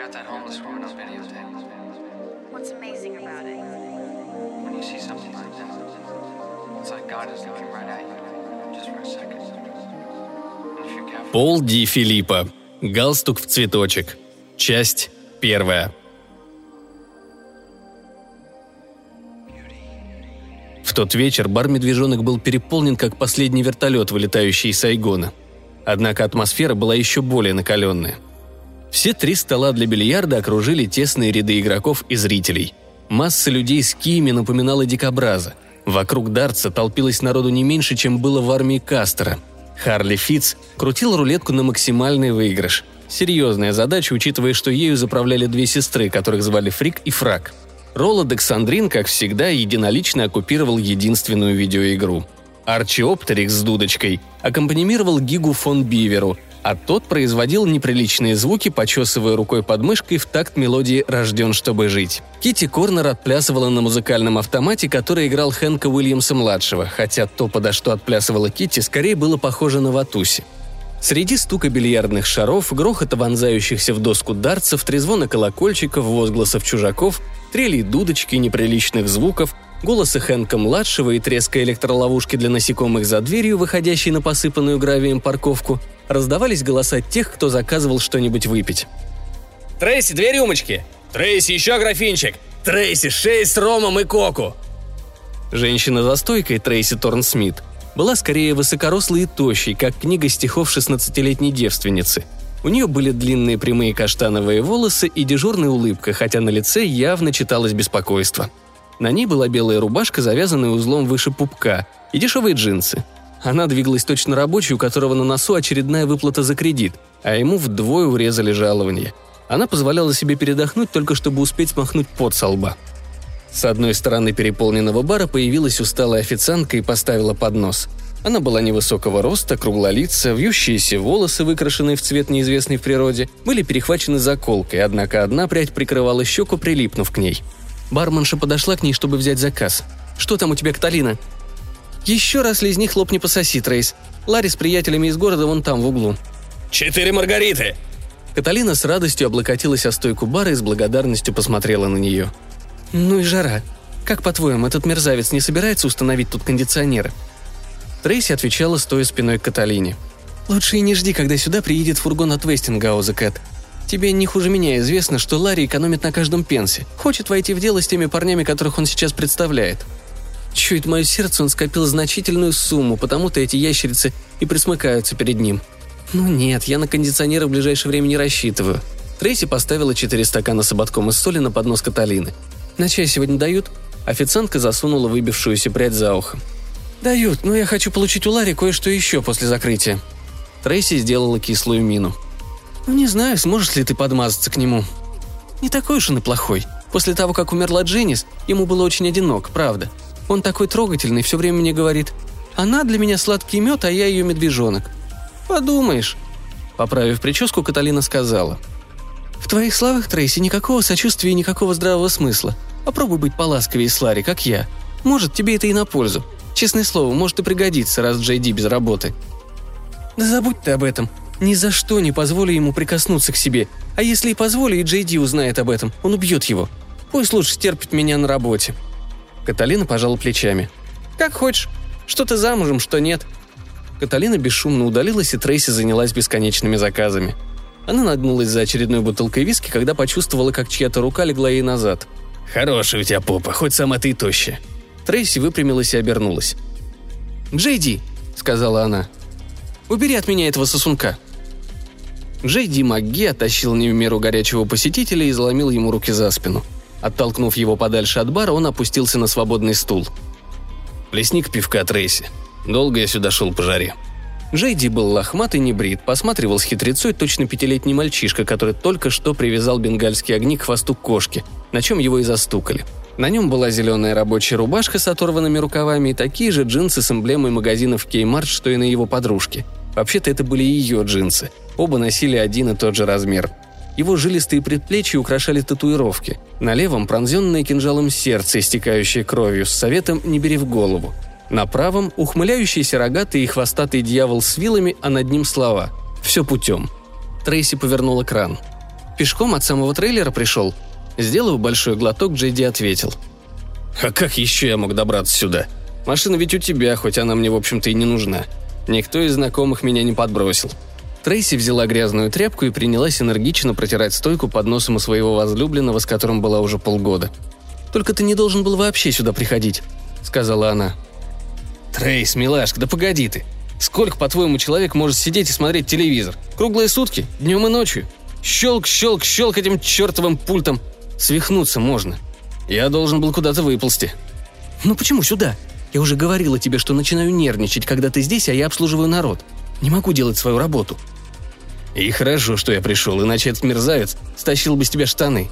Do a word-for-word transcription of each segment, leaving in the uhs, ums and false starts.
got that homeless woman on videotape. What's amazing about it? When you see something like that, it's like God is looking right at you, just for a second. And if you're careful... Пол Ди Филиппо. Галстук в цветочек. Часть первая. В тот вечер бар-медвежонок был переполнен, как последний вертолет, вылетающий из Сайгона. Однако атмосфера была еще более накаленная. Все три стола для бильярда окружили тесные ряды игроков и зрителей. Масса людей с киями напоминала дикобраза. Вокруг дартса толпилось народу не меньше, чем было в армии Кастера. Харли Фитц крутил рулетку на максимальный выигрыш. Серьезная задача, учитывая, что ею заправляли две сестры, которых звали Фрик и Фрак. Ролло Дександрин, как всегда, единолично оккупировал единственную видеоигру. Арчи Оптерикс с дудочкой аккомпанимировал Гигу фон Биверу, а тот производил неприличные звуки, почесывая рукой под мышкой в такт мелодии «Рожден, чтобы жить». Китти Корнер отплясывала на музыкальном автомате, который играл Хэнка Уильямса-младшего, хотя то, подо что отплясывала Китти, скорее было похоже на ватуси. Среди стука бильярдных шаров, грохота вонзающихся в доску дартсов, трезвона колокольчиков, возгласов чужаков, трелей дудочки, неприличных звуков, голоса Хэнка-младшего и треска электроловушки для насекомых за дверью, выходящей на посыпанную гравием парковку, раздавались голоса тех, кто заказывал что-нибудь выпить. «Трейси, две рюмочки! Трейси, еще графинчик! Трейси, шесть с ромом и коку!» Женщина за стойкой, Трейси Торн-Смит, была скорее высокорослой и тощей, как книга стихов шестнадцатилетней девственницы. У нее были длинные прямые каштановые волосы и дежурная улыбка, хотя на лице явно читалось беспокойство. На ней была белая рубашка, завязанная узлом выше пупка, и дешевые джинсы. Она двигалась точно рабочий, у которого на носу очередная выплата за кредит, а ему вдвое урезали жалование. Она позволяла себе передохнуть, только чтобы успеть смахнуть пот со лба. С одной стороны переполненного бара появилась усталая официантка и поставила поднос. Она была невысокого роста, круглолицая, вьющиеся волосы, выкрашенные в цвет неизвестный в природе, были перехвачены заколкой, однако одна прядь прикрывала щеку, прилипнув к ней. Барменша подошла к ней, чтобы взять заказ. «Что там у тебя, Каталина?» «Еще раз слезни, хлопни пососи, Трейс. Ларри с приятелями из города вон там, в углу». «Четыре маргариты!» Каталина с радостью облокотилась о стойку бара и с благодарностью посмотрела на нее. «Ну и жара. Как, по-твоему, этот мерзавец не собирается установить тут кондиционеры?» Трейси отвечала, стоя спиной к Каталине. «Лучше и не жди, когда сюда приедет фургон от Вестингауза, Кэт. Тебе не хуже меня известно, что Ларри экономит на каждом пенсе. Хочет войти в дело с теми парнями, которых он сейчас представляет. Чует мое сердце, он скопил значительную сумму, потому-то эти ящерицы и присмыкаются перед ним. Ну нет, я на кондиционеры в ближайшее время не рассчитываю». Трейси поставила четыре стакана с ободком из соли на поднос Каталины. «На чай сегодня дают?» Официантка засунула выбившуюся прядь за ухо. «Дают, но я хочу получить у Ларри кое-что еще после закрытия». Трейси сделала кислую мину. «Ну, не знаю, сможешь ли ты подмазаться к нему. Не такой уж он и плохой. После того, как умерла Дженнис, ему было очень одиноко, правда. Он такой трогательный, все время мне говорит: она для меня сладкий мед, а я ее медвежонок. Подумаешь». Поправив прическу, Каталина сказала: «В твоих словах, Трейси, никакого сочувствия и никакого здравого смысла. Попробуй быть поласковее с Ларри, как я. Может, тебе это и на пользу. Честное слово, может и пригодится, раз Джей Ди без работы». «Да забудь ты об этом. Ни за что не позволю ему прикоснуться к себе. А если и позволю, и Джей Ди узнает об этом, он убьет его. Пусть лучше терпит меня на работе». Каталина пожала плечами. «Как хочешь. Что ты замужем, что нет». Каталина бесшумно удалилась, и Трейси занялась бесконечными заказами. Она нагнулась за очередной бутылкой виски, когда почувствовала, как чья-то рука легла ей назад. «Хорошая у тебя попа, хоть сама ты и тощая». Трейси выпрямилась и обернулась. «Джей Ди», — сказала она, — «убери от меня этого сосунка». Джей Ди МакГи оттащил не в меру горячего посетителя и заломил ему руки за спину. Оттолкнув его подальше от бара, он опустился на свободный стул. «Плесни-ка пивка, Трейси. Долго я сюда шел по жаре». Джей Ди был лохмат и небрит, посматривал с хитрецой точно пятилетний мальчишка, который только что привязал бенгальские огни к хвосту кошки, на чем его и застукали. На нем была зеленая рабочая рубашка с оторванными рукавами и такие же джинсы с эмблемой магазинов Kmart, что и на его подружке. Вообще-то это были ее джинсы. Оба носили один и тот же размер. Его жилистые предплечья украшали татуировки. На левом пронзенное кинжалом сердце, истекающее кровью, с советом «не бери в голову». На правом – ухмыляющийся рогатый и хвостатый дьявол с вилами, а над ним слова «все путем». Трейси повернула кран. Пешком от самого трейлера пришел?» Сделав большой глоток, Джей Ди ответил. «А как еще я мог добраться сюда? Машина ведь у тебя, хоть она мне, в общем-то, и не нужна. Никто из знакомых меня не подбросил». Трейси взяла грязную тряпку и принялась энергично протирать стойку под носом у своего возлюбленного, с которым была уже полгода. «Только ты не должен был вообще сюда приходить», — сказала она. «Трейс, милашка, да погоди ты. Сколько, по-твоему, человек может сидеть и смотреть телевизор? Круглые сутки, днем и ночью? Щелк, щелк, щелк этим чертовым пультом. Свихнуться можно. Я должен был куда-то выползти». «Ну почему сюда? Я уже говорила тебе, что начинаю нервничать, когда ты здесь, а я обслуживаю народ. Не могу делать свою работу». «И хорошо, что я пришел, иначе этот мерзавец стащил бы с тебя штаны».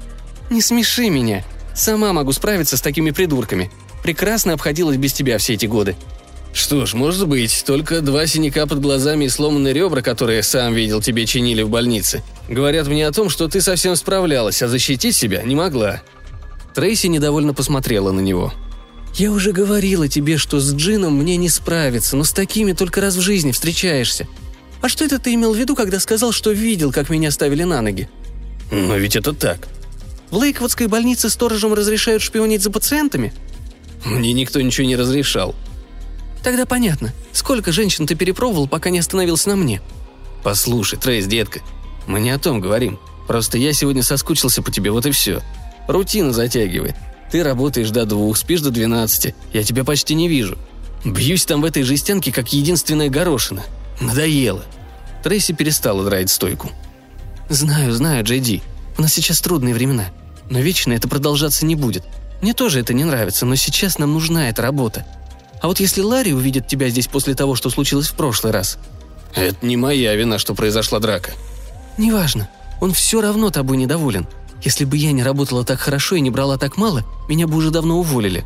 «Не смеши меня. Сама могу справиться с такими придурками. Прекрасно обходилась без тебя все эти годы». «Что ж, может быть, только два синяка под глазами и сломанные ребра, которые, сам видел, тебе чинили в больнице, говорят мне о том, что ты совсем справлялась, а защитить себя не могла». Трейси недовольно посмотрела на него. «Я уже говорила тебе, что с Джином мне не справиться, но с такими только раз в жизни встречаешься. А что это ты имел в виду, когда сказал, что видел, как меня ставили на ноги?» «Но ведь это так». «В Лейквудской больнице сторожам разрешают шпионить за пациентами?» «Мне никто ничего не разрешал». «Тогда понятно. Сколько женщин ты перепробовал, пока не остановился на мне?» «Послушай, Трейс, детка, мы не о том говорим. Просто я сегодня соскучился по тебе, вот и все. Рутина затягивает. Ты работаешь до двух, спишь до двенадцати. Я тебя почти не вижу. Бьюсь там в этой жестянке, как единственная горошина. Надоело». Трейси перестала драить стойку. «Знаю, знаю, Джей Ди. У нас сейчас трудные времена. Но вечно это продолжаться не будет. Мне тоже это не нравится, но сейчас нам нужна эта работа. А вот если Ларри увидит тебя здесь после того, что случилось в прошлый раз...» «Это не моя вина, что произошла драка». «Неважно. Он все равно тобой недоволен. Если бы я не работала так хорошо и не брала так мало, меня бы уже давно уволили».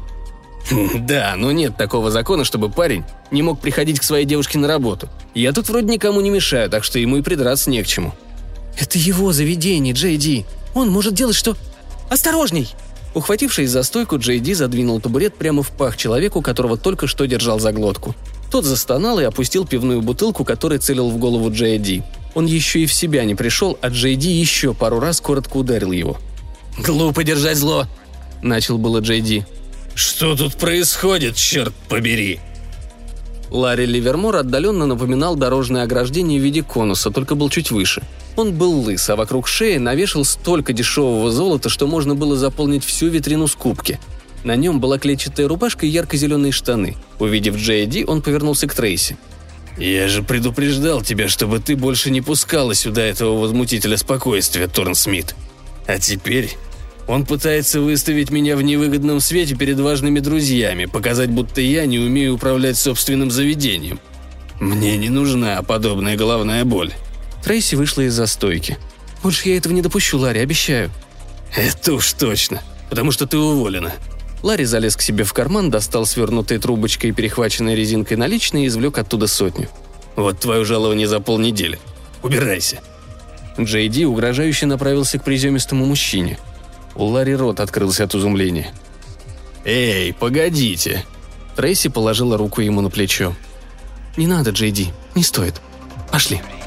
«Да, но нет такого закона, чтобы парень не мог приходить к своей девушке на работу. Я тут вроде никому не мешаю, так что ему и придраться не к чему». «Это его заведение, Джей Ди. Он может делать, что...» «Осторожней!» Ухватившись за стойку, Джей Ди задвинул табурет прямо в пах человеку, которого только что держал за глотку. Тот застонал и опустил пивную бутылку, которой целил в голову Джей Ди. Он еще и в себя не пришел, а Джей Ди еще пару раз коротко ударил его. «Глупо держать зло!» – начал было Джей Ди. «Что тут происходит, черт побери?» Ларри Ливермор отдаленно напоминал дорожное ограждение в виде конуса, только был чуть выше. Он был лыс, а вокруг шеи навешал столько дешевого золота, что можно было заполнить всю витрину скупки. На нем была клетчатая рубашка и ярко-зеленые штаны. Увидев Джей Ди, он повернулся к Трейси. «Я же предупреждал тебя, чтобы ты больше не пускала сюда этого возмутителя спокойствия, Торн Смит. А теперь он пытается выставить меня в невыгодном свете перед важными друзьями, показать, будто я не умею управлять собственным заведением. Мне не нужна подобная головная боль». Трейси вышла из-за стойки. «Больше я этого не допущу, Ларри, обещаю». «Это уж точно, потому что ты уволена». Ларри залез к себе в карман, достал свернутой трубочкой и перехваченной резинкой наличные и извлек оттуда сотню. «Вот твое жалование за полнедели. Убирайся». Джей Ди угрожающе направился к приземистому мужчине. У Ларри рот открылся от изумления. «Эй, погодите!» Трейси положила руку ему на плечо. «Не надо, Джей Ди, не стоит. Пошли».